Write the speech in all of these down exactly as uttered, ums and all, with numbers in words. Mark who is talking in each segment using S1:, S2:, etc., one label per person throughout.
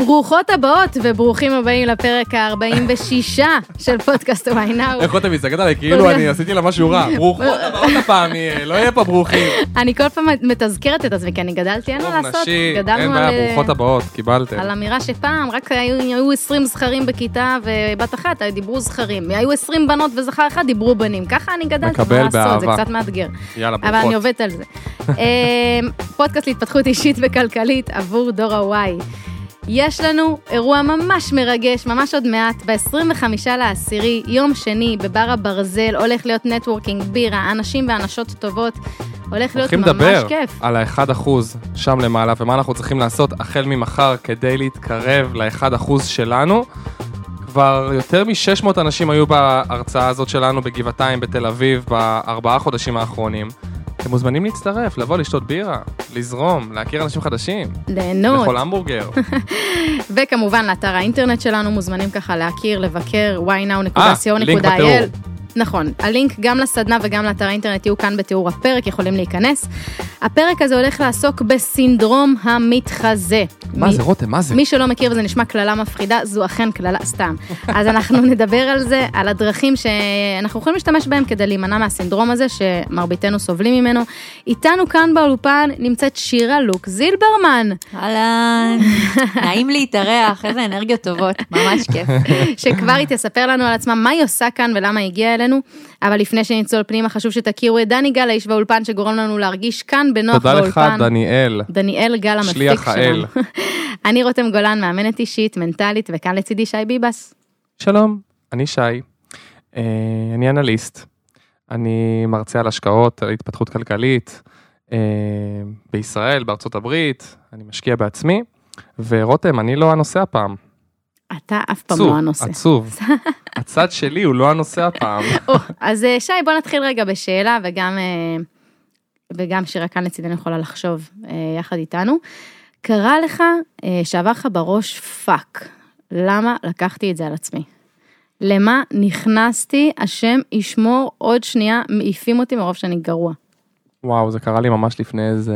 S1: ברוכות הבאות וברוכים הבאים לפרק ה-ארבעים ושש של פודקאסט וואי נאו.
S2: איך אותם מסתכלת עליי, כאילו אני עשיתי לה משהו רע. ברוכות הבאות הפעם, לא יהיה פה ברוכים.
S1: אני כל פעם מתזכרת את עצמי, כי אני גדלתי, אין מה לעשות.
S2: אין בעיה, ברוכות הבאות, קיבלתם.
S1: על אמירה שפעם, רק היו עשרים זכרים בכיתה, ובת אחת דיברו זכרים. היו עשרים בנות וזכר אחד, דיברו בנים. ככה אני גדלתי, מה לעשות, זה קצת מאתגר.
S2: יאללה, ברוכות.
S1: אבל אני עובדת על זה. פודקאסט להתפתחות אישית וכלכלית עבור דור הוואי. יש לנו אירוע ממש מרגש, ממש עוד מעט, ב-עשרים וחמישה לעשירי, יום שני, בבר הברזל, הולך להיות נטוורקינג, בירה, אנשים ואנשות טובות, הולך להיות ממש כיף.
S2: הולכים לדבר על ה-אחד אחוז שם למעלה, ומה אנחנו צריכים לעשות החל ממחר כדי להתקרב ל-אחד אחוז שלנו. כבר יותר מ-שש מאות אנשים היו בהרצאה הזאת שלנו בגבעתיים, בתל אביב, בארבעה חודשים האחרונים. אתם מוזמנים להצטרף, לבוא, לשתות בירה, לזרום, להכיר אנשים חדשים.
S1: ליהנות.
S2: לאכול המבורגר.
S1: וכמובן, לאתר האינטרנט שלנו מוזמנים ככה להכיר, לבקר, וואי נאו נקודה סי או נקודה איי אל. נכון, הלינק גם לסדנה וגם לאתר האינטרנט יהיו כאן בתיאור הפרק, יכולים להיכנס. הפרק הזה הולך לעסוק בסינדרום המתחזה.
S2: מה זה, רותם, מה זה?
S1: מי שלא מכיר וזה נשמע כללה מפחידה, זו אכן כללה סתם. אז אנחנו נדבר על זה, על הדרכים שאנחנו יכולים להשתמש בהם כדי להימנע מהסינדרום הזה, שמרביתנו סובלים ממנו. איתנו כאן באולפן נמצאת שירה לוק זילברמן.
S3: אהלן, נעים להתארח, איזה אנרגיות טובות, ממש כיף.
S1: שכבר היא תספר לנו על עצמה מה היא עושה כאן ולמה היא הגיעה אלינו, אבל לפני שנצלול פנימה חשוב שתכירו את דני גל, האיש באולפן שגורם לנו להרגיש כאן בנוח באולפן.
S2: תודה לך, דניאל.
S1: דניאל גל המפיק שלנו. אני רותם גולן, מאמנת אישית, מנטלית, וכאן לצידי שי ביבס.
S2: שלום, אני שי. אני אנליסט. אני מרצה על השקעות, על התפתחות כלכלית, בישראל, בארצות הברית, אני משקיע בעצמי, ורותם, אני לא הנושא הפעם.
S1: אתה אף פעם לא הנושא.
S2: עצוב. הצד שלי הוא לא הנושא הפעם.
S1: אז שי, בוא נתחיל רגע בשאלה, וגם, וגם שירה כאן לצידנו יכולה לחשוב יחד איתנו. קרא לך שעבר לך בראש פאק. למה לקחתי את זה על עצמי? למה נכנסתי, השם ישמור עוד שנייה, מעיפים אותי מרוב שאני גרוע.
S2: וואו, זה קרה לי ממש לפני איזה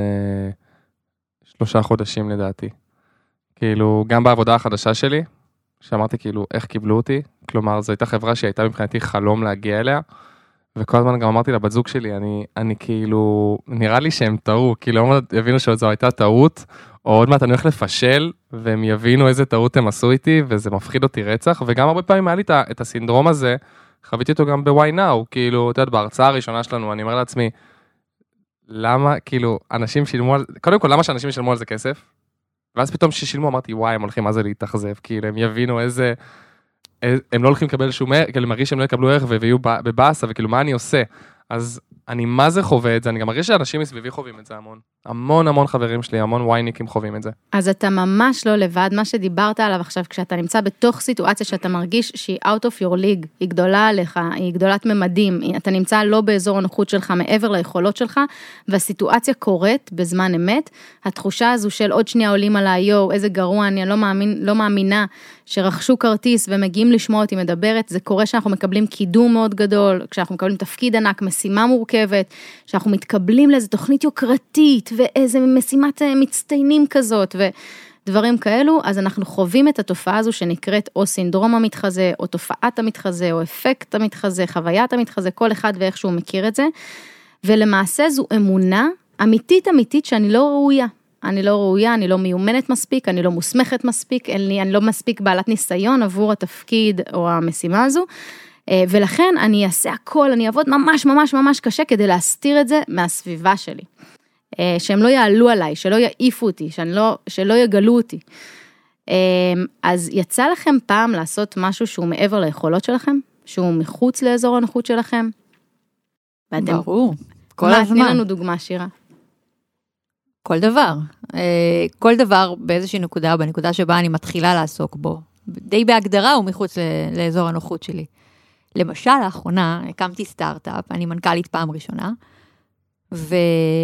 S2: שלושה חודשים לדעתי. כאילו, גם בעבודה החדשה שלי, שאמרתי כאילו, איך קיבלו אותי? כלומר, זו הייתה חברה שהייתה מבחינתי חלום להגיע אליה, וכל הזמן גם אמרתי לבת זוג שלי, אני, אני כאילו, נראה לי שהם טעו, כאילו, הם יבינו שזו הייתה טעות, או עוד מעט אני הולך לפשל, והם יבינו איזה טעות הם עשו איתי, וזה מפחיד אותי רצח, וגם הרבה פעמים היה לי את הסינדרום הזה, חוויתי אותו גם בוואי נאו, כאילו, אתה יודע, בהרצאה הראשונה שלנו, אני אומר לעצמי, למה, כאילו, אנשים שילמו על, קודם כל, למה שאנשים ישלמו על זה כסף? ואז פתאום ששילמו אמרתי, וואי, הם הולכים מה זה להתאכזב, כאילו הם יבינו איזה, הם לא הולכים לקבל שום ערך, כאילו מרגיש שהם לא יקבלו ערך ויהיו בבאסה, וכאילו מה אני עושה? אז אני מה זה חווה את זה, אני גם מרגיש שאנשים מסביבי חווים את זה המון. המון המון חברים שלי, המון וייניקים חווים את זה.
S1: אז אתה ממש לא לבד, מה שדיברת עליו עכשיו, כשאתה נמצא בתוך סיטואציה שאתה מרגיש שהיא out of your league, היא גדולה עליך, היא גדולת ממדים, אתה נמצא לא באזור הנוחות שלך, מעבר ליכולות שלך, והסיטואציה קורית בזמן אמת, התחושה הזו של עוד שנייה עולים עליי, יו, איזה גרוע, אני לא, מאמין, לא מאמינה שרכשו כרטיס ומגיעים לשמוע אותי מדברת, זה קורה שאנחנו מקבלים קידום מאוד גדול, כשאנחנו מקבלים תפקיד ענק, משימה מורכבת, שאנחנו מתקבלים לאיזו תוכנית יוקרתית, ואיזה משימת מצטיינים כזאת, ודברים כאלו, אז אנחנו חווים את התופעה הזו שנקראת או סינדרום המתחזה, או תופעת המתחזה, או אפקט המתחזה, חוויית המתחזה, כל אחד ואיך שהוא מכיר את זה, ולמעשה זו אמונה אמיתית אמיתית שאני לא ראויה, אני לא ראויה, אני לא מיומנת מספיק, אני לא מוסמכת מספיק, אני, אני לא מספיק בעלת ניסיון עבור התפקיד או המשימה הזו, ולכן אני אעשה הכל, אני אעבוד ממש ממש ממש קשה כדי להסתיר את זה מהסביבה שלי. שהם לא יעלו עליי, שלא יעיפו אותי, שלא, שלא יגלו אותי. אז יצא לכם פעם לעשות משהו שהוא מעבר ליכולות שלכם? שהוא מחוץ לאזור הנוחות שלכם?
S3: ברור, כל הזמן.
S1: תני לנו דוגמה, שירה.
S3: כל דבר. כל דבר באיזושהי נקודה, בנקודה שבה אני מתחילה לעסוק בו. די בהגדרה הוא מחוץ לאזור הנוחות שלי. למשל, לאחרונה, הקמתי סטארט-אפ, אני מנכ"לית פעם ראשונה, ויש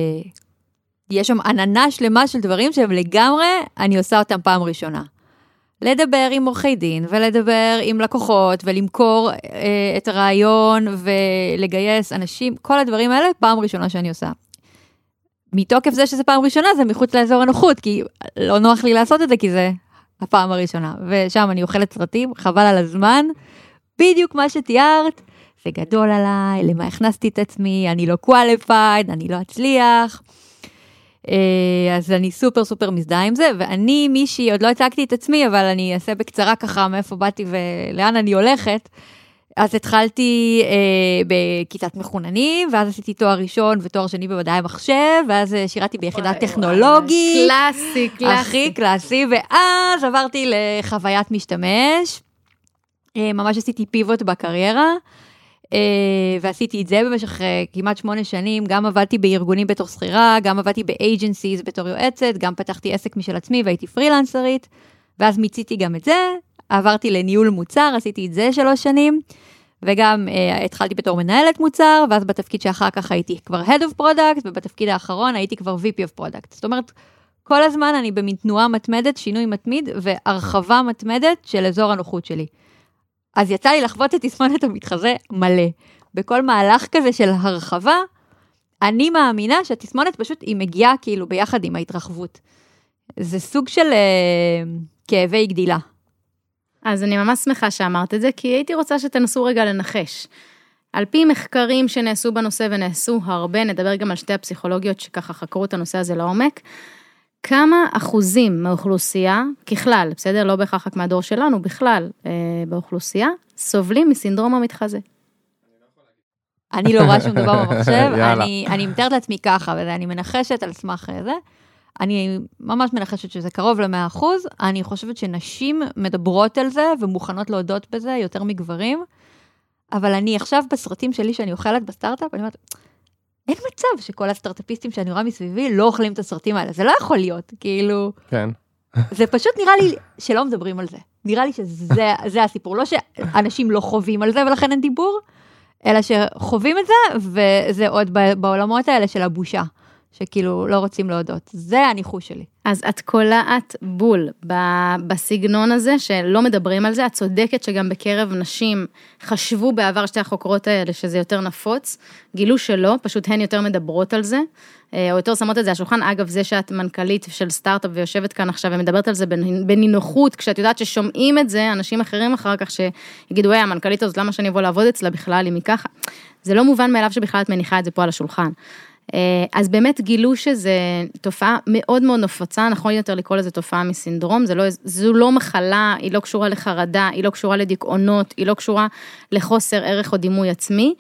S3: שם עננה שלמה של דברים שהם לגמרי, אני עושה אותם פעם ראשונה. לדבר עם עורכי דין, ולדבר עם לקוחות, ולמכור אה, את הרעיון, ולגייס אנשים, כל הדברים האלה, פעם ראשונה שאני עושה. מתוקף זה שזה פעם ראשונה, זה מחוץ לאזור הנוחות, כי לא נוח לי לעשות את זה, כי זה הפעם הראשונה, ושם אני אוכלת סרטים, חבל על הזמן, בדיוק מה שתיארת, זה גדול עליי, למה הכנסתי את עצמי, אני לא qualified, אני לא אצליח, אז אני סופר סופר מזדהה עם זה, ואני מישהי, עוד לא הצגתי את עצמי, אבל אני אעשה בקצרה ככה מאיפה באתי ולאן אני הולכת, אז התחלתי אה, בכיתת מחוננים, ואז עשיתי תואר ראשון ותואר שני במדעי המחשב, ואז שירתי ביחידה טכנולוגית.
S1: קלאסי, קלאסי.
S3: הכי קלאסי, ואז עברתי לחוויית משתמש, אה, ממש עשיתי פיבוט בקריירה, אה, ועשיתי את זה במשך אה, כמעט שמונה שנים, גם עבדתי בארגונים בתור שכירה, גם עבדתי באג'נסיז בתור יועצת, גם פתחתי עסק משל עצמי והייתי פרילנסרית, ואז מיציתי גם את זה, עברתי לניהול מוצר, עשיתי את זה שלוש שנים, וגם uh, התחלתי בתור מנהלת מוצר, ואז בתפקיד שאחר כך הייתי כבר Head of Product, ובתפקיד האחרון הייתי כבר V P of Product. זאת אומרת, כל הזמן אני במין תנועה מתמדת, שינוי מתמיד, והרחבה מתמדת של אזור הנוחות שלי. אז יצא לי לחוות את תסמונת המתחזה מלא. בכל מהלך כזה של הרחבה, אני מאמינה שהתסמונת פשוט היא מגיעה כאילו ביחד עם ההתרחבות. זה סוג של uh, כאבי גדילה.
S1: אז אני ממש שמחה שאמרת את זה, כי הייתי רוצה שתנסו רגע לנחש. על פי מחקרים שנעשו בנושא ונעשו הרבה, נדבר גם על שתי הפסיכולוגיות שככה חקרו את הנושא הזה לעומק, כמה אחוזים מהאוכלוסייה, ככלל, בסדר? לא בהכרח רק מהדור שלנו, בכלל אה, באוכלוסייה, סובלים מסינדרום המתחזה.
S3: אני לא רואה שום דבר במחשב, אני, אני מתארת לעצמי ככה, ואני מנחשת על סמך זה, אני ממש מנחשת שזה קרוב ל-מאה אחוז, אני חושבת שנשים מדברות על זה, ומוכנות להודות בזה יותר מגברים, אבל אני עכשיו בסרטים שלי שאני אוכלת בסטארט-אפ, אני אומרת, אין מצב שכל הסטארט-אפיסטים שאני רואה מסביבי לא אוכלים את הסרטים האלה, זה לא יכול להיות, כאילו,
S2: כן.
S3: זה פשוט נראה לי שלא מדברים על זה, נראה לי שזה זה הסיפור, לא שאנשים לא חווים על זה ולכן אין דיבור, אלא שחווים את זה, וזה עוד בעולמות האלה של הבושה. שכאילו לא רוצים להודות. זה הניחוש שלי.
S1: אז את קולעת בול בסגנון הזה, שלא מדברים על זה, את צודקת שגם בקרב נשים חשבו בעבר שתי החוקרות האלה, שזה יותר נפוץ, גילו שלא, פשוט הן יותר מדברות על זה, או יותר שמות את זה השולחן, אגב זה שאת מנכ"לית של סטארט-אפ ויושבת כאן עכשיו, ומדברת על זה בנינוחות, כשאת יודעת ששומעים את זה, אנשים אחרים אחר כך שיגידו, וואי, המנכ"לית הזאת, למה שאני אבוא לעבוד אצלה בכלל, אם היא ככה? זה לא מובן מאליו שבכלל את מניחה את זה פה על השולחן. אז באמת גילו שזה תופעה מאוד מאוד נפוצה, נכון יותר לקרוא לזה תופעה מסינדרום, זה לא, זו לא מחלה, היא לא קשורה לחרדה, היא לא קשורה לדיכאונות, היא לא קשורה לחוסר ערך או דימוי עצמי,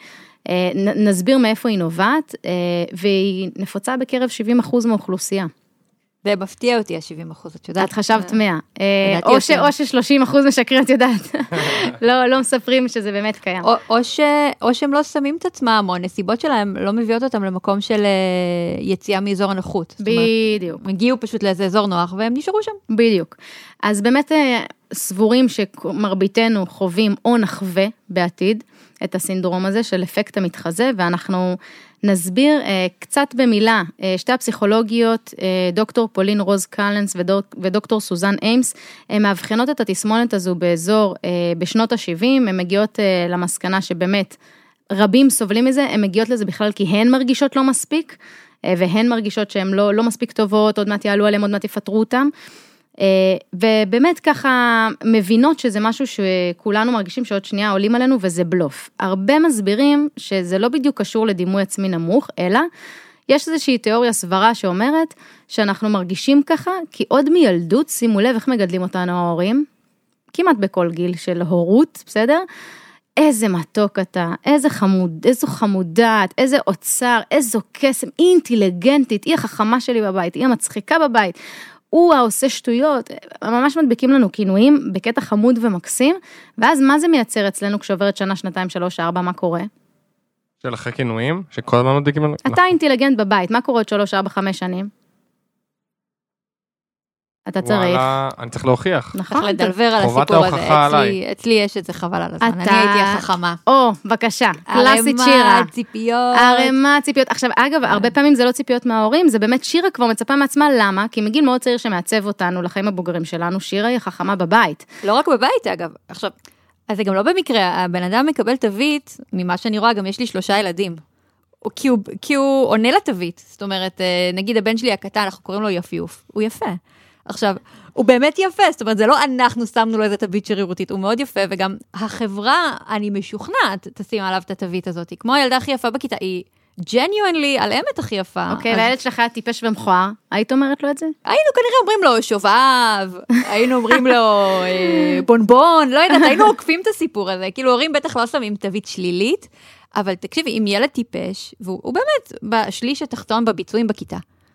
S1: נסביר מאיפה היא נובעת, והיא נפוצה בקרב שבעים אחוז מהאוכלוסייה.
S3: זה מפתיע אותי ה-שבעים אחוז, את יודעת?
S1: את חשבת מאה. או ש-שלושים אחוז משקרי, את יודעת. לא מספרים שזה באמת קיים.
S3: או שהם לא שמים את עצמם, או הנסיבות שלהם לא מביאות אותם למקום של יציאה מאזור הנוחות.
S1: בדיוק.
S3: הם הגיעו פשוט לאיזה אזור נוח, והם נשארו שם.
S1: בדיוק. אז באמת סבורים שמרביתנו חווים או נחווה בעתיד את הסינדרום הזה של אפקט המתחזה, ואנחנו נסביר אה, קצת במילה, אה, שתי הפסיכולוגיות, אה, דוקטור פולין רוז קלנס ודוק, ודוקטור סוזן איימס, הן מאבחנות את התסמונת הזו באזור, אה, בשנות ה-שבעים, הן מגיעות אה, למסקנה שבאמת רבים סובלים מזה, הן מגיעות לזה בכלל כי הן מרגישות לא מספיק, אה, והן מרגישות שהן לא, לא מספיק טובות, עוד מעט יעלו עליהן, עוד מעט יפטרו אותם, ובאמת ככה מבינות שזה משהו שכולנו מרגישים שעוד שנייה עולים עלינו וזה בלוף. הרבה מסבירים שזה לא בדיוק קשור לדימוי עצמי נמוך, אלא יש איזושהי תיאוריה סברה שאומרת שאנחנו מרגישים ככה, כי עוד מילדות, שימו לב איך מגדלים אותנו ההורים, כמעט בכל גיל של הורות, בסדר? איזה מתוק אתה, איזה חמוד, איזו חמודת, איזה אוצר, איזו קסם, היא אינטליגנטית, היא החכמה שלי בבית, היא המצחיקה בבית, הוא העושה שטויות, ממש מדבקים לנו כינויים בקטע חמוד ומקסים, ואז מה זה מייצר אצלנו כשעוברת שנה, שנתיים, שלוש, ארבע, מה קורה?
S2: של אחרי כינויים, שכל הזמן מדביקים לנו.
S1: אתה אינטליגנט בבית, מה קורה עוד שלוש, ארבע, חמש שנים? אתה צריך.
S2: וואלה, אני צריך להוכיח.
S3: צריך לדלבר על הסיפור הזה. אצלי יש את זה חבל על הזמן. אני הייתי החכמה.
S1: או, בבקשה, קלאסית שירה.
S3: ערמה ציפיות.
S1: ערמה ציפיות. עכשיו, אגב, הרבה פעמים זה לא ציפיות מההורים, זה באמת שירה כבר מצפה מעצמה, למה? כי מגיל מאוד צעיר שמעצב אותנו לחיים הבוגרים שלנו, שירה היא החכמה בבית.
S3: לא רק בבית, אגב. עכשיו, אז זה גם לא במקרה, הבן אדם מקבל תווית, ממה שאני רואה, גם יש לי שלושה ילדים. כי הוא, כי הוא עונה לתווית. זאת אומרת, נגיד הבן שלי הקטן, אנחנו קוראים לו יפיוף. הוא יפה. עכשיו, הוא באמת יפה, זאת אומרת, זה לא אנחנו שמנו לו איזה תווית שרירותית, הוא מאוד יפה, וגם החברה, אני משוכנעת, תשים עליו את התווית הזאת, כמו הילדה הכי יפה בכיתה, היא ג'ניואנלי על אמת הכי יפה.
S1: אוקיי, והילד שלך היה טיפש ומכוער, היית אומרת לו את זה?
S3: היינו כנראה אומרים לו שובב, היינו אומרים לו בונבון, לא יודעת, היינו עוקפים את הסיפור הזה, כאילו הורים בטח לא שמים תווית שלילית, אבל תקשיבי, אם ילד טיפש, והוא באמת בשליש התחתון בביצועים בכיתה,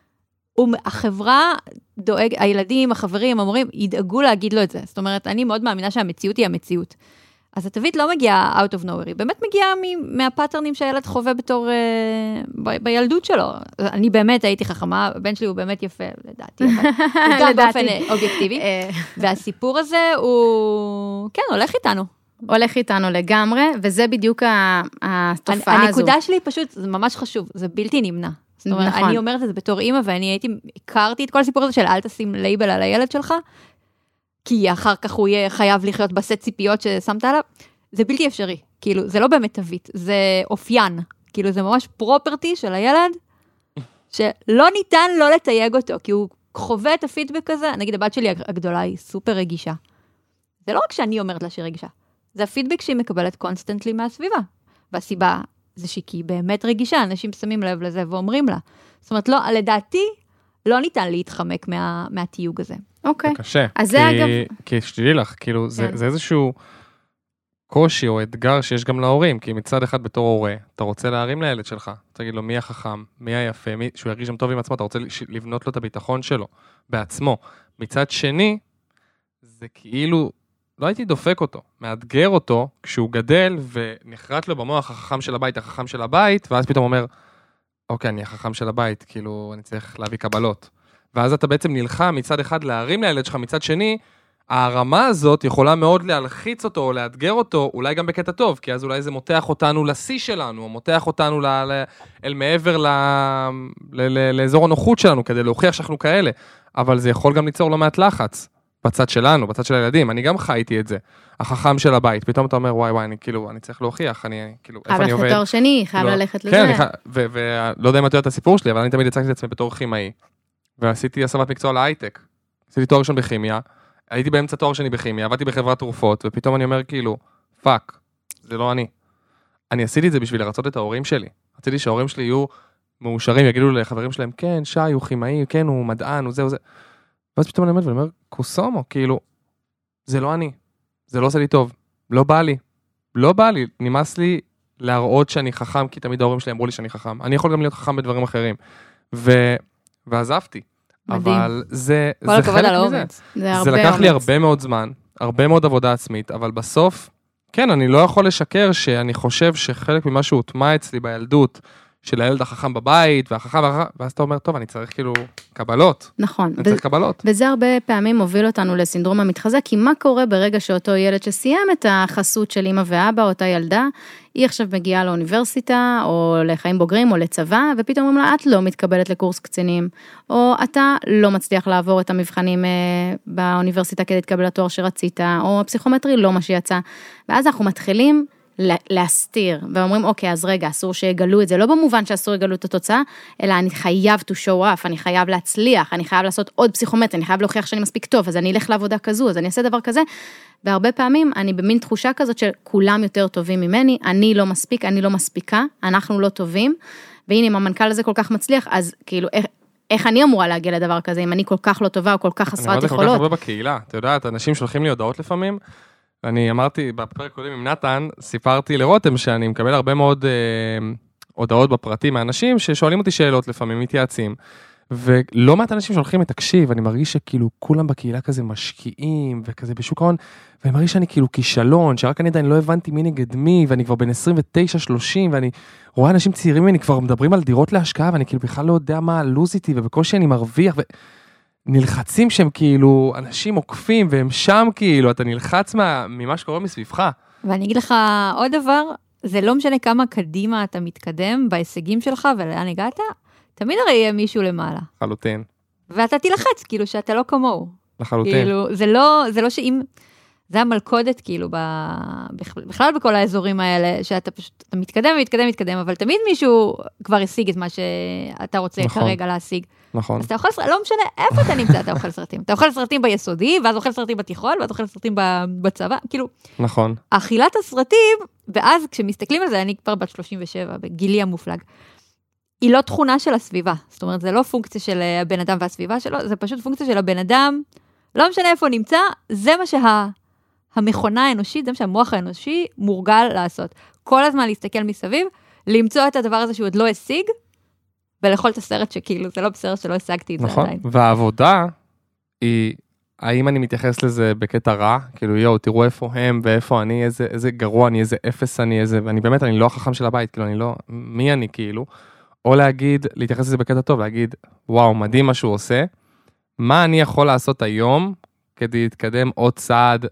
S3: החברה דואג, הילדים, החברים, המורים, ידאגו להגיד לו את זה. זאת אומרת, אני מאוד מאמינה שהמציאות היא המציאות. אז התווית לא מגיעה out of nowhere, היא באמת מגיעה מהפאטרנים שהילד חווה בתור, ב- בילדות שלו. אני באמת הייתי חכמה, הבן שלי הוא באמת יפה, לדעתי, אבל גם באופן אובייקטיבי. והסיפור הזה הוא, כן, הולך איתנו.
S1: הולך איתנו לגמרי, וזה בדיוק התופעה הזו.
S3: הנקודה שלי פשוט, זה ממש חשוב, זה בלתי נמנע. זאת אומרת, נכון. אני אומרת את זה בתור אימא, ואני הייתי, הכרתי את כל הסיפור הזה של אל תשים לייבל על הילד שלך, כי אחר כך הוא יהיה חייב לחיות בסט ציפיות ששמת עליו, זה בלתי אפשרי. כאילו, זה לא באמת תווית, זה אופיין. כאילו, זה ממש פרופרטי של הילד, שלא ניתן לא לתייג אותו, כי הוא חווה את הפידבק הזה, נגיד, הבת שלי הגדולה היא סופר רגישה. זה לא רק שאני אומרת לה שהיא רגישה, זה הפידבק שהיא מקבלת קונסטנטלי מהסביבה. והסיבה זה שהיא באמת רגישה, אנשים שמים לב לזה ואומרים לה. זאת אומרת, לא, לדעתי, לא ניתן להתחמק מה, מהתיוג הזה.
S1: אוקיי.
S2: זה קשה.
S1: אז זה אגב...
S2: כי שתדעי לך, כאילו, זה, זה איזשהו קושי או אתגר שיש גם להורים, כי מצד אחד בתור הורה, אתה רוצה להרים לילד שלך, תגיד לו מי החכם, מי היפה, מי, שהוא ירגיש שם טוב עם עצמו, אתה רוצה לבנות לו את הביטחון שלו, בעצמו. מצד שני, זה כאילו, לא הייתי דופק אותו, מאתגר אותו, כשהוא גדל ונחרט לו במוח החכם של הבית, החכם של הבית, ואז פתאום אומר, אוקיי, אני החכם של הבית, כאילו, אני צריך להביא קבלות. ואז אתה בעצם נלחם מצד אחד להרים לילד שלך, מצד שני, הרמה הזאת יכולה מאוד להלחיץ אותו, או לאתגר אותו, אולי גם בקטע טוב, כי אז אולי זה מותח אותנו לשיא שלנו, או מותח אותנו ל- ל- אל מעבר ל- ל- ל- לאזור הנוחות שלנו, כדי להוכיח שאנחנו כאלה. אבל זה יכול גם ליצור לא מעט לחץ, בצד שלנו, בצד של הילדים. אני גם חייתי את זה, החכם של הבית. פתאום אתה אומר, וואי וואי, אני כאילו, אני צריך להוכיח, אני כאילו, איפה אני עובד?
S1: חייב ללכת תואר שני, חייב ללכת לזה.
S2: כן, ולא יודע אם אתה יודע את הסיפור שלי, אבל אני תמיד הצגתי את עצמי בתור כימאי, ועשיתי הסבת מקצוע להייטק. עשיתי תואר ראשון בכימיה, הייתי באמצע תואר שני בכימיה, עבדתי בחברת תרופות, ופתאום אני אומר כאילו, פאק, זה לא אני. אני עשיתי את זה בשביל לרצות את ההורים שלי. רציתי שההורים שלי יהיו מאושרים, יגידו לחברים שלהם, כן, שי, הוא כימאי, כן, הוא מדען, הוא זה, הוא זה. ואז פתאום אני אומר, ואני אומר, קוסומו, כאילו, זה לא אני. זה לא עושה לי טוב. לא בא לי. לא בא לי. נמאס לי להראות שאני חכם, כי תמיד ההורים שלי אמרו לי שאני חכם. אני יכול גם להיות חכם בדברים אחרים. ו... ועזבתי.
S3: מדהים.
S2: אבל זה,
S3: כל
S2: זה חלק מזה.
S1: זה,
S2: זה לקח אומץ. לי הרבה מאוד זמן, הרבה מאוד עבודה עצמית, אבל בסוף, כן, אני לא יכול לשקר שאני חושב שחלק ממה שהוטמע אצלי בילדות, של הילד החכם בבית, והחכם, ואז אתה אומר, טוב, אני צריך כאילו קבלות.
S1: נכון.
S2: אני צריך קבלות.
S1: וזה הרבה פעמים מוביל אותנו לסינדרום המתחזה, כי מה קורה ברגע שאותו ילד שסיים את החסות של אמא ואבא, אותה ילדה, היא עכשיו מגיעה לאוניברסיטה, או לחיים בוגרים, או לצבא, ופתאום אומרים לה, את לא מתקבלת לקורס קצינים, או אתה לא מצליח לעבור את המבחנים באוניברסיטה כדי להתקבל לתואר שרצית, או הפסיכומטרי לא מה שיצא. ואז אנחנו מתחילים להסתיר, ואומרים, אוקיי, אז רגע, אסור שיגלו את זה, לא במובן שאסור יגלו את התוצאה, אלא אני חייב to show up, אני חייב להצליח, אני חייב לעשות עוד פסיכומטרי, אני חייב להוכיח שאני מספיק טוב, אז אני אלך לעבודה כזו, אז אני אעשה דבר כזה, והרבה פעמים אני במין תחושה כזאת של כולם יותר טובים ממני, אני לא מספיק, אני לא מספיקה, אנחנו לא טובים, והנה אם המנכ"ל הזה כל כך מצליח, אז כאילו, איך, איך אני אמורה להגיע לדבר כזה, אם אני כל כך לא טובה, או כל כך חסרת יכולות?
S2: אני רואה את זה כל כך הרבה בקהילה, אתה יודעת, אנשים שולחים לי הודעות לפעמים, אני אמרתי, בפרק קודם עם נתן, סיפרתי לרותם שאני מקבל הרבה מאוד אה, הודעות בפרטים מהאנשים ששואלים אותי שאלות לפעמים, מתייעצים, ולא מעט אנשים שהולכים לתקשיב, אני מרגיש שכאילו כולם בקהילה כזה משקיעים, וכזה בשוק ההון, ואני מרגיש שאני כאילו כישלון, שרק אני עדיין לא הבנתי מי נגד מי, ואני כבר בין עשרים ותשע שלושים, ואני רואה אנשים צעירים ממני כבר מדברים על דירות להשקעה, ואני כאילו בכלל לא יודע מה הלוז איתי, ובקושי אני מרוויח, ו... נלחצים שהם כאילו, אנשים עוקפים, והם שם כאילו, אתה נלחץ מה, ממה שקורה מסביבך.
S3: ואני אגיד לך עוד דבר, זה לא משנה כמה קדימה אתה מתקדם בהישגים שלך, ולאן הגעת, תמיד הרי יהיה מישהו למעלה.
S2: לחלוטין.
S3: ואתה תלחץ, כאילו שאתה לא כמוהו.
S2: לחלוטין.
S3: כאילו, זה לא, זה לא שאם, זה המלכודת כאילו, בכלל בכל האזורים האלה, שאתה פשוט, אתה מתקדם, מתקדם, מתקדם, אבל תמיד מישהו כבר השיג את מה שאתה רוצה כרגע להשיג.
S2: נכון.
S3: אז אתה אוכל סרטים, לא משנה איפה אתה נמצא, אתה אוכל סרטים. אתה אוכל סרטים ביסודי, ואז אוכל סרטים בתיכון, ואז אוכל סרטים בצבא, כאילו.
S2: נכון.
S3: אכילת הסרטים, ואז כשמסתכלים על זה, אני כבר בת שלושים ושבע, בגילי המופלג, היא לא תכונה של הסביבה. זאת אומרת, זה לא פונקציה של הבן אדם והסביבה שלו, זה פשוט פונקציה של הבן אדם, לא משנה איפה הוא נמצא, זה מה שהמכונה האנושית, זה מה שהמוח האנושי מורגל לעשות. כל הזמן להסתכל מסביב, למצוא את הדבר הזה שהוא עוד לא השיג, ולאכול את הסרט שכאילו, זה לא בסרט שלא השגתי את זה עדיין.
S2: נכון, והעבודה היא, האם אני מתייחס לזה בקטע רע, כאילו יואו, תראו איפה הם ואיפה אני, איזה, איזה גרוע אני, איזה אפס אני, איזה, ואני באמת, אני לא החכם של הבית, כאילו אני לא, מי אני כאילו, או להגיד, להתייחס לזה בקטע טוב, להגיד, וואו, מדהים מה שהוא עושה, מה אני יכול לעשות היום, כדי להתקדם עוד צעד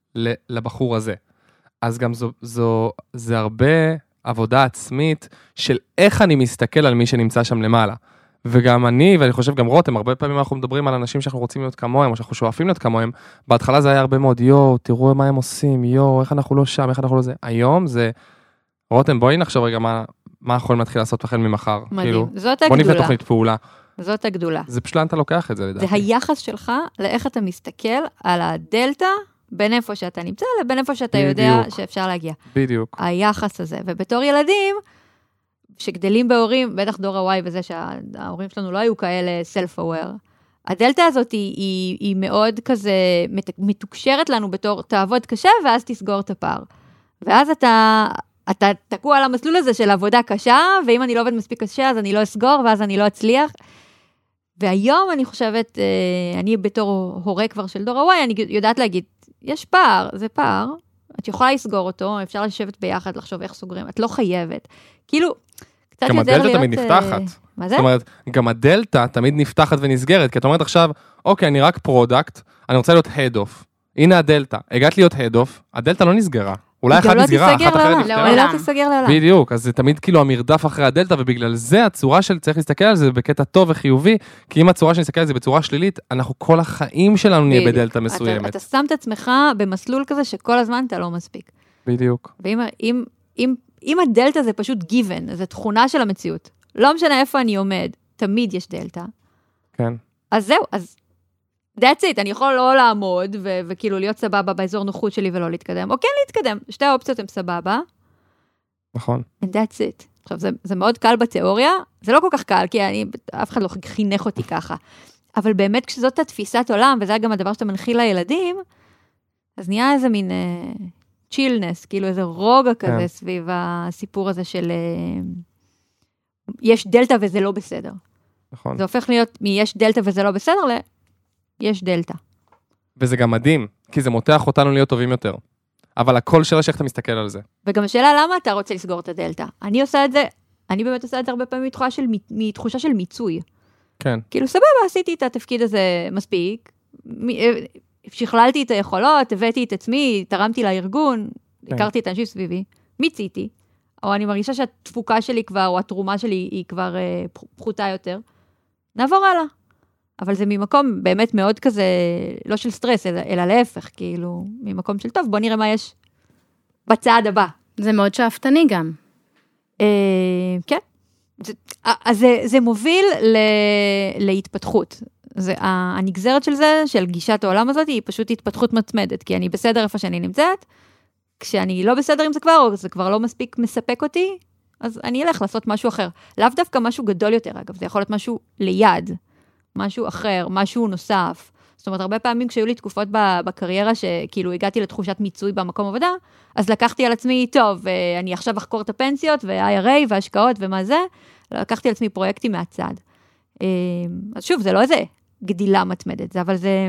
S2: לבחור הזה. אז גם זו, זו, זה הרבה עבודה עצמית של איך אני מסתכל על מי שנמצא שם למעלה. וגם אני, ואני חושב גם רותם, הרבה פעמים אנחנו מדברים על אנשים שאנחנו רוצים להיות כמוהם, או שאנחנו שואפים להיות כמוהם, בהתחלה זה היה הרבה מאוד, יו, תראו מה הם עושים, יו, איך אנחנו לא שם, איך אנחנו לא זה. היום זה, רותם, בואי נחשוב רגע מה, מה יכולים להתחיל לעשות לכם ממחר.
S3: מדהים,
S2: כאילו,
S3: זאת הגדולה.
S2: בוא נבנה תוכנית פעולה.
S3: זאת הגדולה.
S2: זה פשוט לאן אתה לוקח את זה, לדעתי.
S3: זה היחס שלך לאיך אתה מסתכל על הדלטה, בין איפה שאתה נמצא, לבין איפה שאתה בדיוק. יודע שאפשר להגיע.
S2: בדיוק.
S3: היחס הזה. ובתור ילדים, שגדלים בהורים, בטח דור ה-Y וזה שההורים שלנו לא היו כאלה self-aware, הדלטה הזאת היא, היא, היא מאוד כזה מתוקשרת לנו בתור תעבוד קשה, ואז תסגור את הפער. ואז אתה, אתה תקוע על המסלול הזה של עבודה קשה, ואם אני לא עובד מספיק קשה, אז אני לא אסגור, ואז אני לא אצליח. והיום אני חושבת, אני בתור הורה כבר של דור ה-Y, אני יודעת להגיד, יש פער, זה פער, את יכולה לסגור אותו, אפשר לשבת ביחד, לחשוב איך סוגרים, את לא חייבת. כאילו, קצת יותר להיות...
S2: גם הדלטה תמיד נפתחת.
S3: מה זה?
S2: זאת אומרת, גם הדלטה תמיד נפתחת ונסגרת, כי את אומרת עכשיו, אוקיי, אני רק פרודקט, אני רוצה להיות head of. הנה הדלטה, הגעת להיות head of, הדלטה לא נסגרה. אולי אחת נסגרה, אחת אחרת נפתרה.
S3: לא תסגר לעולם.
S2: בדיוק, אז זה תמיד כאילו המרדף אחרי הדלטה, ובגלל זה הצורה של צריך להסתכל על זה בקטע טוב וחיובי, כי אם הצורה שנסתכל על זה בצורה שלילית, אנחנו כל החיים שלנו נהיה בדלטה מסוימת.
S3: אתה שם את עצמך במסלול כזה שכל הזמן אתה לא מספיק.
S2: בדיוק.
S3: ואם הדלטה זה פשוט given, זה תכונה של המציאות, לא משנה איפה אני עומד, תמיד יש דלטה.
S2: כן.
S3: אז זהו, אז that's it, אני יכול לא לעמוד, ו- וכאילו להיות סבבה באזור נוחות שלי ולא להתקדם, או כן להתקדם, שתי האופציות הן סבבה.
S2: נכון.
S3: And that's it. עכשיו, זה, זה מאוד קל בתיאוריה, זה לא כל כך קל, כי אני, אף אחד לא חינך אותי ככה. אבל באמת כשזאת התפיסת עולם, וזה גם הדבר שאתה מנחיל לילדים, אז נהיה איזה מין צ'ילנס, uh, כאילו איזה רוגע כזה כן. סביב הסיפור הזה של uh, יש דלטה וזה לא בסדר.
S2: נכון.
S3: זה הופך להיות מ-יש דלטה וזה לא בסדר ל... יש דלטה.
S2: וזה גם מדהים, כי זה מותח אותנו להיות טובים יותר. אבל הכל שאלה שאיך אתה מסתכל על זה.
S3: וגם השאלה למה אתה רוצה לסגור את הדלטה. אני עושה את זה, אני באמת עושה את זה הרבה פעמים מתחושה של, מתחושה של מיצוי.
S2: כן.
S3: כאילו סבבה, עשיתי את התפקיד הזה מספיק, שכללתי את היכולות, הבאתי את עצמי, תרמתי לארגון, כן. הכרתי את האנשים סביבי, מיציתי, או אני מרגישה שהתפוקה שלי כבר, או התרומה שלי היא כבר אה, פחותה יותר. נעבור הלאה. אבל זה ממקום באמת מאוד כזה, לא של סטרס, אלא, אלא להפך, כאילו, ממקום של טוב, בוא נראה מה יש בצעד הבא.
S1: זה מאוד שאפתני גם.
S3: אה, כן. זה, אז זה, זה מוביל ל, להתפתחות. זה, הנגזרת של זה, של גישת העולם הזאת, היא פשוט התפתחות מתמדת, כי אני בסדר איפה שאני נמצאת, כשאני לא בסדר עם זה כבר, או זה כבר לא מספיק מספק אותי, אז אני אלך לעשות משהו אחר. לאו דווקא משהו גדול יותר, אגב, זה יכול להיות משהו ליד, משהו אחר, משהו נוסף. זאת אומרת, הרבה פעמים כשהיו לי תקופות בקריירה, שכאילו הגעתי לתחושת מיצוי במקום עבודה, אז לקחתי על עצמי, טוב, אני עכשיו אחקור את הפנסיות, וה-איי אר איי והשקעות ומה זה, לקחתי על עצמי פרויקטים מהצד. אז שוב, זה לא איזה גדילה מתמדת, זה, אבל זה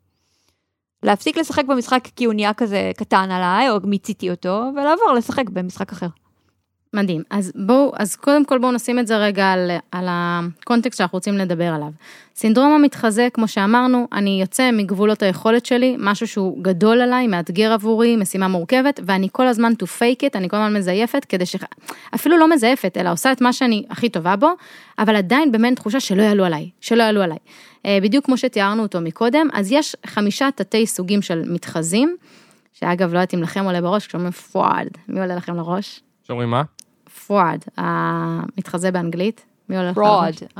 S3: להפסיק לשחק במשחק כי הוא נהיה כזה קטן עליי, או מיציתי אותו, ולעבור לשחק במשחק אחר.
S1: מדהים. אז בואו, אז קודם כל בואו נשים את זה רגע על, על הקונטקסט שאנחנו רוצים לדבר עליו. סינדרום המתחזה, כמו שאמרנו, אני יוצא מגבולות היכולת שלי, משהו שהוא גדול עליי, מאתגר עבורי, משימה מורכבת, ואני כל הזמן to fake it, אני כל הזמן מזייפת, כדי ש... אפילו לא מזייפת, אלא עושה את מה שאני הכי טובה בו, אבל עדיין במין תחושה שלא יעלו עליי, שלא יעלו עליי. בדיוק כמו שתיארנו אותו מקודם, אז יש חמישה תתי סוגים של מתחזים, שאגב, לא יודעת אם לכם עולה בראש, כשאומרים פואד, מי עולה לכם לראש?
S2: שאומרים מה?
S1: פואד, המתחזה באנגלית, מי עולה לכם
S3: פרוד.
S1: לראש?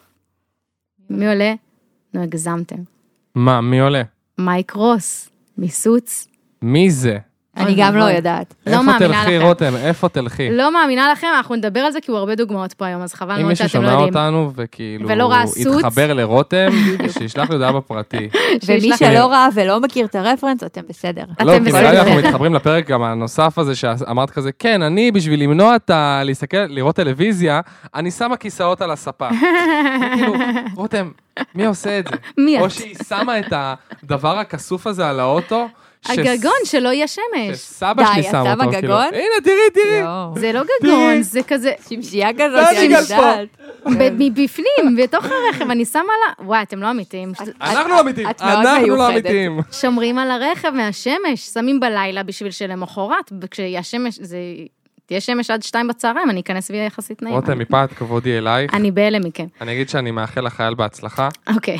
S1: מי עולה? נו, הגזמתם.
S2: מה, מי עולה?
S1: מייק רוס, מסוץ.
S2: מי זה?
S3: אני גם לא יודעת.
S1: לא מאמינה
S2: איפה תלכי,
S1: לכם.
S2: רותם? איפה תלכי?
S1: לא מאמינה לכם, אנחנו נדבר על זה, כי הוא הרבה דוגמאות פה היום, אז חבל
S2: אם
S1: מאוד
S2: מישהו
S1: שאתם לא
S2: שומע
S1: יודעים.
S2: אותנו, וכאילו,
S1: ולא ראה סוץ.
S2: יתחבר לרותם, שישלח לי הודעה בפרטי.
S3: ומי
S1: שישלח-
S3: שלא ראה ולא מכיר את הרפרנס, אתם בסדר.
S2: לא, כי
S1: בסדר.
S2: נראה לי אנחנו מתחברים לפרק גם הנוסף הזה, שאמרת כזה, כן, אני בשביל למנוע את ה... להסתכל, לראות טלוויזיה, אני שמה כיסאות על הספה. וכאילו, רותם, מי עושה את זה?
S1: מי
S2: או
S1: את?
S2: שהיא שמה את הדבר הכסוף הזה על האוטו, ש-
S1: הגגון שלא יהיה שמש.
S2: שסבא
S3: די,
S2: שלי
S3: את
S2: שם
S3: שמה
S2: אותו. כאילו,
S3: גגון?
S2: הנה, תראי, תראי.
S3: יואו.
S1: זה לא גגון, זה כזה,
S3: שמשייה כזאת,
S2: ואני
S3: שאני
S2: גם
S3: יודעת.
S1: ב- מבפנים, בתוך הרכב, אני שמה לה, וואי, אתם לא אמיתיים.
S2: אנחנו לא אמיתיים,
S3: את מאוד
S2: אנחנו לא
S3: מיוחדת.
S2: אמיתיים.
S1: שומרים על הרכב מהשמש, שמים בלילה בשביל שלמחרת, כשהשמש, זה... תהיה שמש עד שתיים בצהריים, אני אכנס ויהיה יחסית נעים.
S2: רותם, מפאת כבודי אלייך,
S1: אני בהלם מכם.
S2: אני אגיד שאני מאחל לחייל בהצלחה.
S1: אוקיי,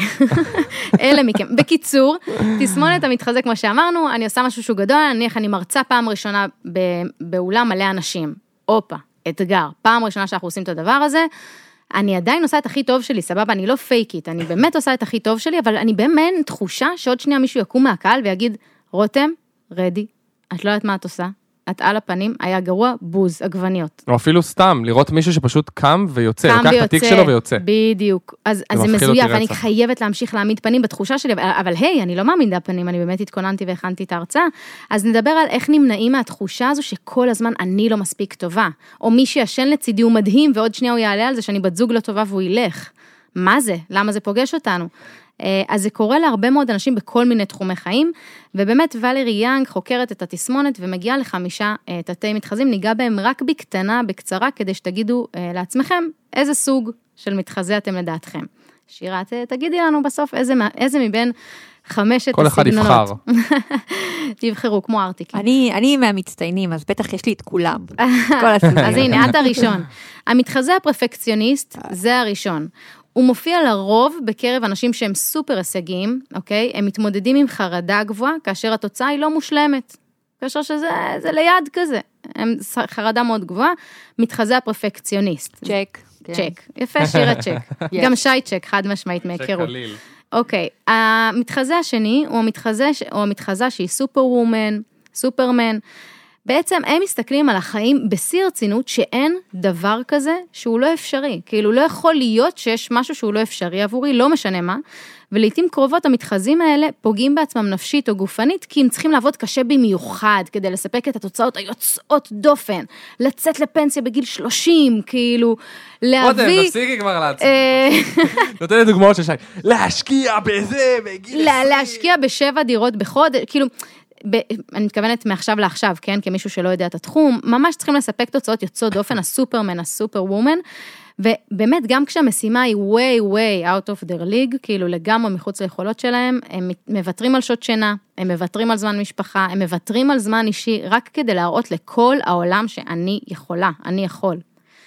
S1: אלה מכם. בקיצור, תסמונת המתחזה, כמו שאמרנו, אני עושה משהו שהוא גדול, נניח אני מרצה פעם ראשונה ב- באולם מלא אנשים. הופה, אתגר. פעם ראשונה שאנחנו עושים את הדבר הזה, אני עדיין עושה את הכי טוב שלי, סבבה, אני לא פייקית, אני באמת עושה את הכי טוב שלי, אבל אני באמת תחושה שעוד שנייה מישהו יקום מהקהל ויגיד, רותם, רדי, את לא יודעת מה את עושה, את על הפנים, היה גרוע, בוז, עגבניות.
S2: או אפילו סתם, לראות מישהו שפשוט קם ויוצא,
S1: קם
S2: לוקח את התיק שלו ויוצא.
S1: בדיוק. אז, אז זה
S2: מפחיד
S1: מזויף,
S2: אותי
S1: ואני
S2: רצח.
S1: חייבת להמשיך להעמיד פנים בתחושה שלי, אבל, אבל היי, אני לא מעמידה פנים, אני באמת התכוננתי והכנתי את ההרצאה, אז נדבר על איך נמנעים מהתחושה הזו שכל הזמן אני לא מספיק טובה, או מי שישן לצידי הוא מדהים, ועוד שנייה הוא יעלה על זה שאני בת זוג לא טובה והוא ילך. מה זה? למה זה פוגש אותנו? אז זה קורה להרבה מאוד אנשים בכל מיני תחומי חיים, ובאמת ולרי יאנג חוקרת את התסמונת ומגיעה לחמישה תתי מתחזים, ניגע בהם רק בקטנה, בקצרה, כדי שתגידו לעצמכם איזה סוג של מתחזה אתם לדעתכם. שירה, תגידי לנו בסוף איזה, איזה מבין חמשת
S2: כל אחד
S1: הסגנונות.
S2: יבחר.
S1: תבחרו, כמו ארטיקים.
S3: אני, אני מהמצטיינים, אז בטח יש לי את כולם. כל הסוגים.
S1: אז הנה, את הראשון. המתחזה הפרפקציוניסט, זה הראשון. הוא מופיע לרוב בקרב אנשים שהם סופר הישגיים, אוקיי? הם מתמודדים עם חרדה גבוהה, כאשר התוצאה היא לא מושלמת. כאשר שזה זה ליד כזה. הם חרדה מאוד גבוהה, מתחזה הפרפקציוניסט.
S3: צ'ק.
S1: צ'ק. יפה, שירה צ'ק. גם שי צ'ק, חד משמעית מהיכרות.
S2: שקליל.
S1: אוקיי, המתחזה השני הוא המתחזה, או המתחזה שהיא סופר וומן, סופרמן. בעצם הם מסתכלים על החיים בשיא הרצינות שאין דבר כזה שהוא לא אפשרי. כאילו לא יכול להיות שיש משהו שהוא לא אפשרי עבורי, לא משנה מה. ולעיתים קרובות המתחזים האלה פוגעים בעצמם נפשית או גופנית, כי הם צריכים לעבוד קשה במיוחד כדי לספק את התוצאות היוצאות דופן. לצאת לפנסיה בגיל שלושים, כאילו, להביא...
S2: רותם, תפסיקי כבר לעצמי.
S1: אה,
S2: נותן לי דוגמאות של שי. להשקיע בזה, בגיל
S1: לה- להשקיע בשבע דירות בחודש, כאילו... ב- אני מתכוונת מעכשיו לעכשיו, כן, כמישהו שלא יודע את התחום, ממש צריכים לספק תוצאות יוצאות דופן, הסופרמן, הסופר וומן, ובאמת גם כשהמשימה היא way way out of their league, כאילו לגמרי מחוץ ליכולות שלהם, הם מוותרים על שעות שינה, הם מוותרים על זמן משפחה, הם מוותרים על זמן אישי, רק כדי להראות לכל העולם שאני יכולה, אני יכול.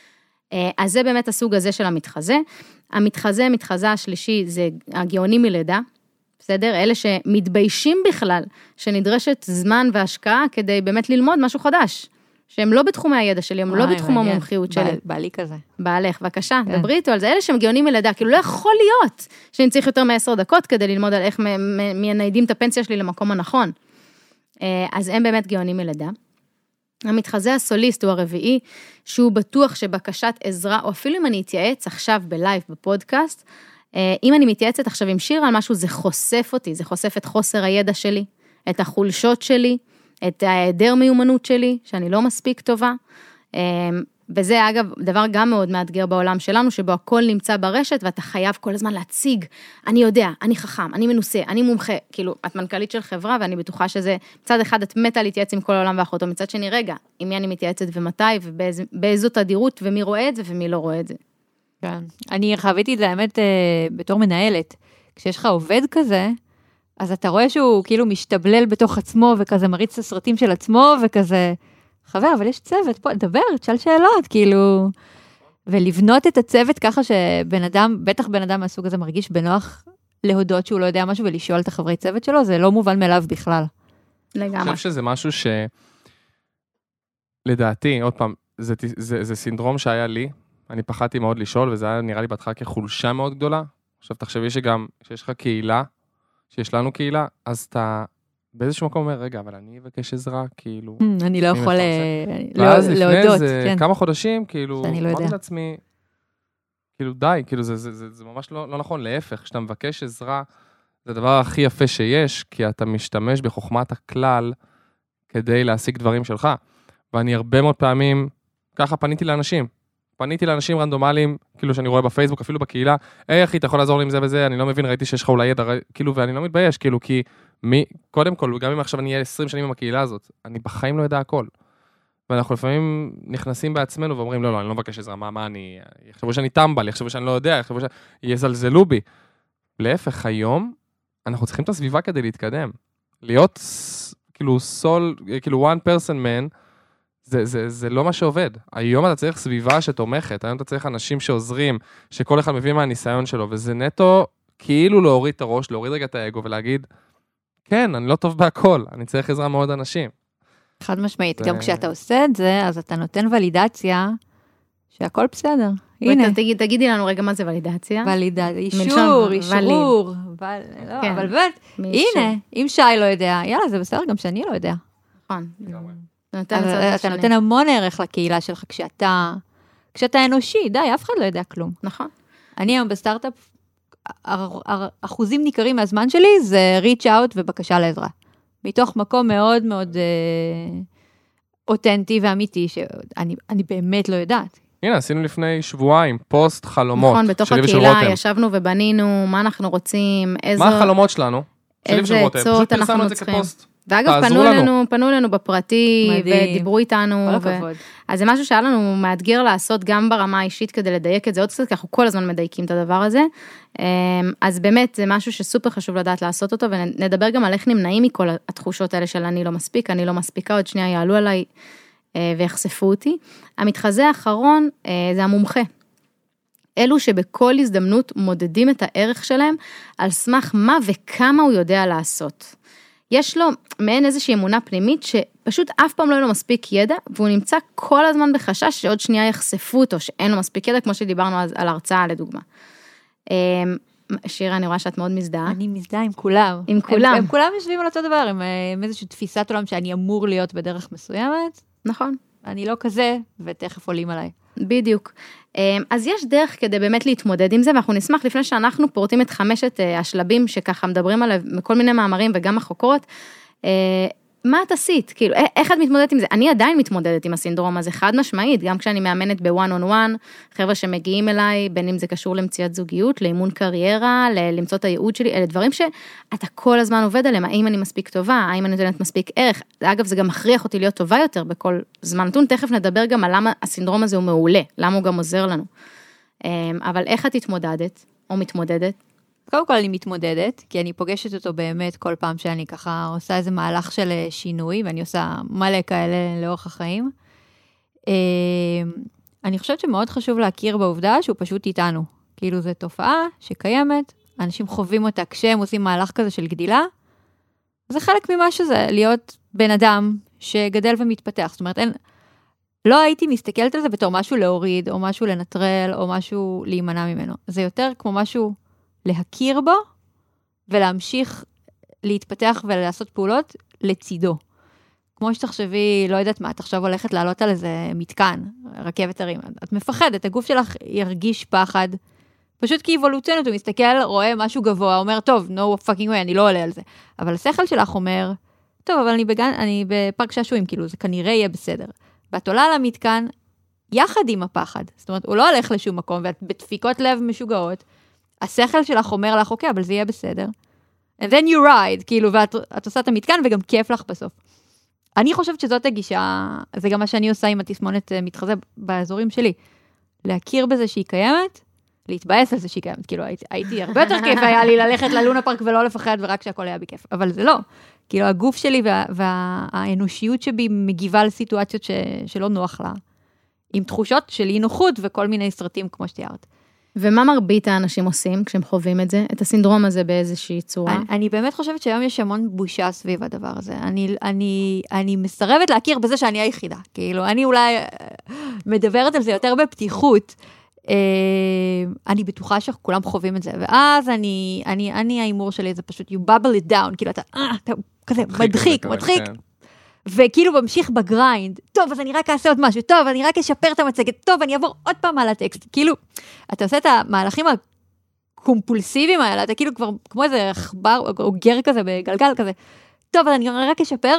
S1: אז זה באמת הסוג הזה של המתחזה. המתחזה, מתחזה השלישי, זה הגאונים מלידה, בסדר? אלה שמתביישים בכלל, שנדרשת זמן והשקעה כדי באמת ללמוד משהו חדש, שהם לא בתחומי הידע שלי, הם לא בתחום המומחיות שלי.
S3: בעלי כזה.
S1: בעלך, בבקשה, דברי איתו על זה. אלה שהם גאונים מלידה, כאילו לא יכול להיות שאני צריך יותר מעשר דקות כדי ללמוד על איך מניידים את הפנסיה שלי למקום הנכון. אז הם באמת גאונים מלידה. המתחזה הסוליסט הוא הרביעי, שהוא בטוח שבקשת עזרה, או אפילו אם אני אתייעץ עכשיו בלייב בפודקאסט, אם אני מתייעצת עכשיו עם שיר על משהו, זה חושף אותי, זה חושף את חוסר הידע שלי, את החולשות שלי, את ההיעדר מיומנות שלי, שאני לא מספיק טובה, וזה אגב דבר גם מאוד מאתגר בעולם שלנו, שבו הכל נמצא ברשת, ואתה חייב כל הזמן להציג, אני יודע, אני חכם, אני מנוסה, אני מומחה, כאילו, את מנכ"לית של חברה, ואני בטוחה שזה, מצד אחד את מתה להתייעץ עם כל העולם ואחותו, מצד שני, רגע, עם מי אני מתייעצת ומתי, ובאיזו תדירות, ומי רואה את זה ומי לא רואה את זה.
S3: כן. אני חוויתי את זה, האמת, בתור מנהלת, כשיש לך עובד כזה, אז אתה רואה שהוא כאילו משתבלל בתוך עצמו, וכזה מריץ את הסרטים של עצמו, וכזה, חבר, אבל יש צוות פה, דבר, תשאל שאלות, כאילו, ולבנות את הצוות ככה שבן אדם, בטח בן אדם מהסוג הזה מרגיש בנוח להודות שהוא לא יודע משהו, ולשאול את החברי צוות שלו, זה לא מובן מאליו בכלל.
S1: לגמרי.
S2: אני חושב שזה משהו ש... לדעתי, עוד פעם, זה, זה, זה סינדרום שהיה לי, אני פחדתי מאוד לשאול, וזה היה נראה לי בהתחלה כחולשה מאוד גדולה. עכשיו תחשבי שגם, שיש לך קהילה, שיש לנו קהילה, אז אתה באיזשהו מקום אומר, רגע, אבל אני אבקש עזרה, כאילו...
S3: אני לא יכול להודות.
S2: ואז לפני זה כמה חודשים, כאילו, אמרתי לעצמי, כאילו די, כאילו זה, זה, זה, זה ממש לא, לא נכון, להפך, כשאתה מבקש עזרה, זה הדבר הכי יפה שיש, כי אתה משתמש בחוכמת הכלל, כדי להשיג דברים שלך. ואני הרבה מאוד פעמים, ככה פניתי לאנשים, פניתי לאנשים רנדומליים, כאילו שאני רואה בפייסבוק, אפילו בקהילה, היי אחי, אתה יכול לעזור לי עם זה וזה, אני לא מבין, ראיתי שיש לך אולי ידע, כאילו, ואני לא מתבייש, כאילו, כי מי, קודם כל, וגם אם עכשיו אני אהיה עשרים שנים עם הקהילה הזאת, אני בחיים לא יודע הכל. ואנחנו לפעמים נכנסים בעצמנו ואומרים, לא, לא, אני לא מבקש עזרה, מה, מה אני, יחשבו שאני טמבל, יחשבו שאני לא יודע, יחשבו שיזלזלו בי. להפך, היום, אנחנו צריכים את הסביבה כדי להתקדם. להיות, כאילו, סול, כאילו, one person man, זה, זה, זה לא מה שעובד. היום אתה צריך סביבה שתומכת, היום אתה צריך אנשים שעוזרים, שכל אחד מביא מהניסיון שלו, וזה נטו כאילו להוריד את הראש, להוריד רגע את האגו ולהגיד, כן, אני לא טוב בהכל, אני צריך עזרה מאוד אנשים.
S3: חד משמעית, גם כשאתה עושה את זה, אז אתה נותן ולידציה, שהכל בסדר. הנה.
S1: תגידי לנו רגע מה זה ולידציה.
S3: ולידציה, אישור, אישור. אבל באמת, הנה, אם שי לא יודע, יאללה, זה בסדר גם שאני לא יודע.
S1: נכון.
S3: אתה נותן המון ערך לקהילה שלך, כשאתה, כשאתה אנושי, די, אף אחד לא יודע כלום.
S1: נכון.
S3: אני היום בסטארט-אפ, אחוזים ניכרים מהזמן שלי, זה reach out ובקשה לעזרה. מתוך מקום מאוד מאוד אותנטי ואמיתי, שאני באמת לא יודעת.
S2: הנה, עשינו לפני שבועיים, פוסט חלומות.
S1: נכון, בתוך הקהילה ישבנו ובנינו, מה אנחנו רוצים, איזה...
S2: מה החלומות שלנו?
S1: איזה עצות אנחנו צריכים. ואגב, פנו אלינו, פנו אלינו בפרטי, ודיברו איתנו.
S3: כל הכבוד.
S1: אז זה משהו שהיה לנו מאתגר לעשות גם ברמה האישית, כדי לדייק את זה עוד קצת, כי אנחנו כל הזמן מדייקים את הדבר הזה. אז באמת, זה משהו שסופר חשוב לדעת לעשות אותו, ונדבר גם על איך נמנעים מכל התחושות האלה של אני לא מספיק, אני לא מספיקה, עוד שנייה יעלו עליי ויחשפו אותי. המתחזה האחרון זה המומחה. אלו שבכל הזדמנות מודדים את הערך שלהם, על סמך מה וכמה הוא יודע לעשות. יש לו מעין איזושהי אמונה פנימית, שפשוט אף פעם לא יהיה לו מספיק ידע, והוא נמצא כל הזמן בחשש, שעוד שנייה יחשפו אותו, שאין לו מספיק ידע, כמו שדיברנו על הרצאה לדוגמה. שירה, אני רואה שאת מאוד מזדהה.
S3: אני מזדהה עם כולם.
S1: עם כולם.
S3: הם, הם כולם יושבים על אותו דבר, עם, עם איזושהי תפיסת עולם שאני אמור להיות בדרך מסוימת.
S1: נכון.
S3: אני לא כזה, ותכף עולים עליי.
S1: בדיוק. אז יש דרך כדי באמת להתמודד עם זה, ואנחנו נשמח לפני שאנחנו פורטים את חמשת השלבים שככה מדברים עליו, מכל מיני מאמרים וגם החוקרות, מה את עשית? כאילו, איך את מתמודדת עם זה? אני עדיין מתמודדת עם הסינדרום הזה, חד משמעית, גם כשאני מאמנת בוואן און וואן, חבר'ה שמגיעים אליי, בין אם זה קשור למציאת זוגיות, לאימון קריירה, למצוא את הייעוד שלי, אלה דברים שאתה כל הזמן עובד עליהם, האם אני מספיק טובה, האם אני נותנת מספיק ערך, אגב, זה גם מכריח אותי להיות טובה יותר בכל זמן נתון, תכף נדבר גם על למה הסינדרום הזה הוא מעולה, למה הוא גם עוזר לנו. אבל איך את התמודדת, או מתמודדת?
S3: קודם כל אני מתמודדת, כי אני פוגשת אותו באמת כל פעם שאני ככה עושה איזה מהלך של שינוי, ואני עושה מלא כאלה לאורך החיים. אני חושבת שמאוד חשוב להכיר בעובדה שהוא פשוט איתנו. כאילו זו תופעה שקיימת, אנשים חווים אותה כשהם עושים מהלך כזה של גדילה, זה חלק ממה שזה, להיות בן אדם שגדל ומתפתח. זאת אומרת, אין, לא הייתי מסתכלת על זה בתור משהו להוריד, או משהו לנטרל, או משהו להימנע ממנו. זה יותר כמו משהו להכיר בו, ולהמשיך להתפתח ולעשות פעולות לצידו. כמו שתחשבי, לא יודעת מה, את עכשיו הולכת לעלות על איזה מתקן, רכבת הרים. את מפחדת, הגוף שלך ירגיש פחד, פשוט כי אבולוציונית, הוא מסתכל, רואה משהו גבוה, אומר, טוב, no fucking way, אני לא עולה על זה. אבל השכל שלך אומר, טוב, אבל אני בגן, אני בפארק שעשועים, כאילו, זה כנראה יהיה בסדר. ואת עולה על המתקן, יחד עם הפחד. זאת אומרת, הוא לא הולך לשום מקום, ואת בדפיקות לב משוגעות, השכל שלך אומר לך, אוקיי, אבל זה יהיה בסדר. And then you ride, כאילו, ואת את עושה את המתקן, וגם כיף לך בסוף. אני חושבת שזאת הגישה, זה גם מה שאני עושה עם התסמונת מתחזה באזורים שלי. להכיר בזה שהיא קיימת, להתבאס על זה שהיא קיימת. כאילו, הייתי, הייתי הרבה יותר כיף היה לי ללכת ללונה פארק ולא לפחד, ורק שהכל היה בכיף. אבל זה לא. כאילו, הגוף שלי וה, והאנושיות שבי מגיבה לסיטואציות ש, שלא נוח לה, עם תחושות של אי נוחות וכל מיני סרטים כמו שתיארת.
S1: ומה מרבית האנשים עושים כשהם חווים את זה, את הסינדרום הזה באיזושהי צורה?
S3: אני, אני באמת חושבת שהיום יש המון בושה סביב הדבר הזה. אני, אני, אני מסרבת להכיר בזה שאני היחידה. כאילו, אני אולי מדברת על זה יותר בפתיחות. אני בטוחה שכולם חווים את זה, ואז אני, אני, אני, האימור שלי זה פשוט, you bubble it down, כאילו אתה, אתה כזה מדחיק, מדחיק, וכאילו ממשיך בגריינד, טוב, אז אני רק אעשה עוד משהו, טוב, אני רק אשפר את המצגת, טוב, אני אעבור עוד פעם על הטקסט, כאילו, אתה עושה את המהלכים הקומפולסיביים האלה, אתה כאילו כבר כמו איזה עכבר, או גר כזה, בגלגל כזה, טוב, אז אני רק אשפר,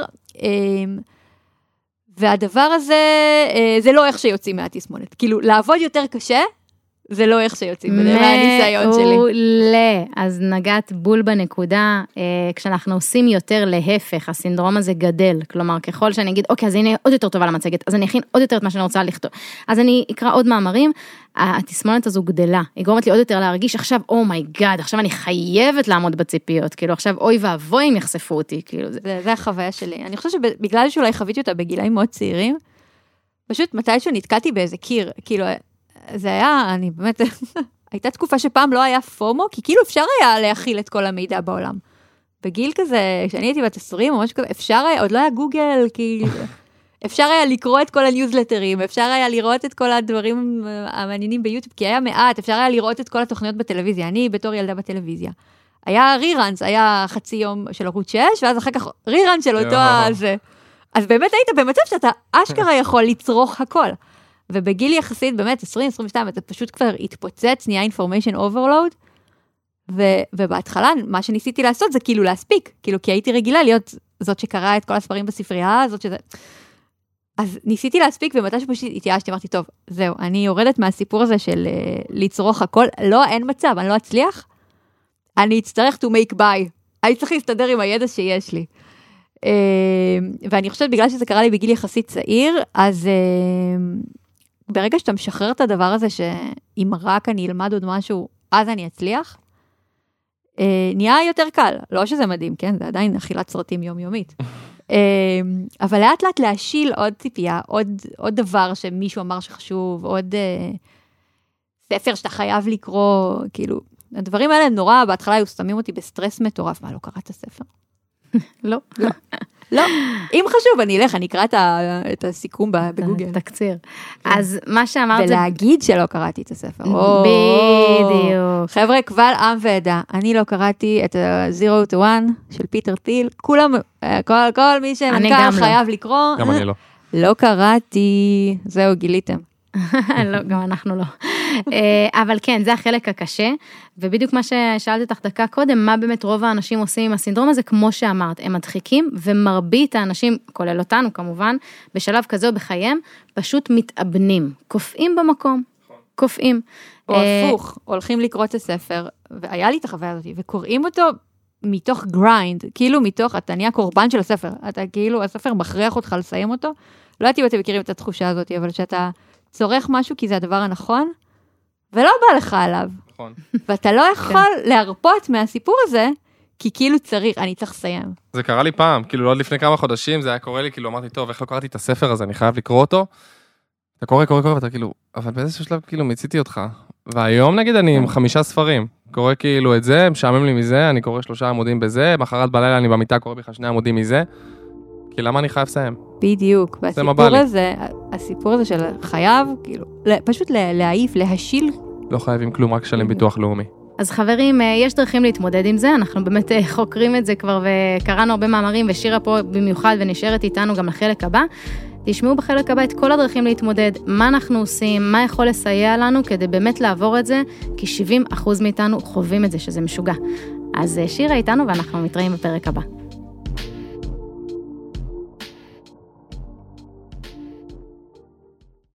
S3: והדבר הזה, זה לא איך שיוצאים מהתסמונת, כאילו, לעבוד יותר קשה, זה לא איך שיוצאים, זה מהניסיון שלי.
S1: מעולה, אז נגעת בול בנקודה, כשאנחנו עושים יותר להפך, הסינדרום הזה גדל, כלומר, ככל שאני אגיד, אוקיי, אז אני עוד יותר טובה למצגת, אז אני אכין עוד יותר את מה שאני רוצה לכתוב, אז אני אקרא עוד מאמרים, התסמונת הזו גדלה, היא גורמת לי עוד יותר להרגיש, עכשיו, אומייגאד, עכשיו אני חייבת לעמוד בציפיות, כאילו, עכשיו, אוי ואבוי אם יחשפו אותי, כאילו.
S3: זה, זה החוויה שלי. אני חושבת שבגלל שאולי חוויתי אותה בגילאים מאוד צעירים, פשוט מתישהו נתקעתי באיזה קיר, כאילו, זה היה, אני באמת, הייתה תקופה שפעם לא היה פומו, כי כאילו אפשר היה להכיל את כל המידע בעולם. בגיל כזה, כשאני הייתי בת עשורים, או משהו כזה, אפשר היה, עוד לא היה גוגל, כי אפשר היה לקרוא את כל הניוזלטרים, אפשר היה לראות את כל הדברים המעניינים ביוטיוב, כי היה מעט, אפשר היה לראות את כל התוכניות בטלוויזיה, אני בתור ילדה בטלוויזיה. היה ריראנס, היה חצי יום של ערוץ שש, ואז אחר כך ריראנס של אותו הזה. אז באמת היית במצב שאתה אשכרה יכול לצרוך הכל. ובגיל יחסית, באמת, עשרים עשרים ושתיים, אתה פשוט כבר התפוצץ, נהיה information overload, ו- ובהתחלה, מה שניסיתי לעשות זה כאילו להספיק, כאילו, כי הייתי רגילה להיות זאת שקראה את כל הספרים בספרייה, זאת שזה... אז ניסיתי להספיק, ומתי שפשוט התייאשתי, אמרתי, טוב, זהו, אני יורדת מהסיפור הזה של uh, לצרוך הכל, לא, אין מצב, אני לא אצליח, אני אצטרך to make by, אני צריך להסתדר עם הידע שיש לי. Uh, ואני חושבת, בגלל שזה קרה לי בגיל יחסית צעיר, אז... Uh, ברגע שאתה משחרר את הדבר הזה, שאם רק אני אלמד עוד משהו, אז אני אצליח, נהיה יותר קל. לא שזה מדהים, כן? זה עדיין אכילת סרטים יומיומית. אבל לאט לאט להשיל עוד ציפייה, עוד, עוד דבר שמישהו אמר שחשוב, עוד ספר שאתה חייב לקרוא, כאילו, הדברים האלה נורא, בהתחלה היו שמים אותי בסטרס מטורף, מה, לא קראת הספר?
S1: לא. לא.
S3: לא, אם חשוב, אני אלך, אני אקרא את הסיכום בגוגל.
S1: תקציר. אז מה שאמרת זה...
S3: ולהגיד שלא קראתי את הספר.
S1: בדיוק.
S3: חבר'ה, קבל עם ועדה. אני לא קראתי את ה-Zero to One של פיטר טיל. כולם, כל מי שמנכ"ל חייב לקרוא.
S2: גם אני לא.
S3: לא קראתי, זהו, גיליתם.
S1: לא, גם אנחנו לא. אבל כן, זה החלק הקשה, ובדיוק מה ששאלת אותך דקה קודם, מה באמת רוב האנשים עושים עם הסינדרום הזה, כמו שאמרת, הם מדחיקים, ומרבית האנשים, כולל אותנו כמובן, בשלב כזה או בחייהם, פשוט מתאבנים, קופאים במקום, קופאים.
S3: או הפוך, הולכים לקרוא את הספר, והיה לי את החוויה הזאת, וקוראים אותו מתוך גריינד, כאילו מתוך, אתה נהיה קורבן של הספר, אתה כאילו, הספר מכריח אותך לסיים אותו, לא יודעת אם אתם מכירים את התחושה הזאת, אבל שאתה צורך משהו כי זה הדבר הנכון, ולא בא לך עליו.
S2: נכון.
S3: ואתה לא יכול להרפות מהסיפור הזה, כי כאילו צריך, אני צריך לסיים.
S2: זה קרה לי פעם, כאילו עוד לפני כמה חודשים, זה היה קורה לי, כאילו אמרתי, טוב, איך לא קראתי את הספר הזה, אני חייב לקרוא אותו. אתה קורא, קורא, קורא, ואתה כאילו, אבל באיזשהו שלב כאילו מיציתי אותך. והיום נגיד אני עם חמישה ספרים, קורא כאילו את זה, משעמם לי מזה, אני קורא שלושה עמודים בזה, מחרת בלילה אני במיטה קורא בכלל שני עמודים מזה. כי למה אני חייב לסיים?
S3: בדיוק, והסיפור הזה, הסיפור הזה של חייב, כאילו, פשוט להעיף, להשיל.
S2: לא חייבים כלום, רק שלם ביטוח לאומי.
S1: אז חברים, יש דרכים להתמודד עם זה, אנחנו באמת חוקרים את זה כבר, וקראנו הרבה מאמרים, ושירה פה במיוחד, ונשארת איתנו גם לחלק הבא. תשמעו בחלק הבא את כל הדרכים להתמודד, מה אנחנו עושים, מה יכול לסייע לנו, כדי באמת לעבור את זה, כי שבעים אחוז מאיתנו חווים את זה, שזה משוגע. אז שירה איתנו, ואנחנו מתראים בפרק הבא.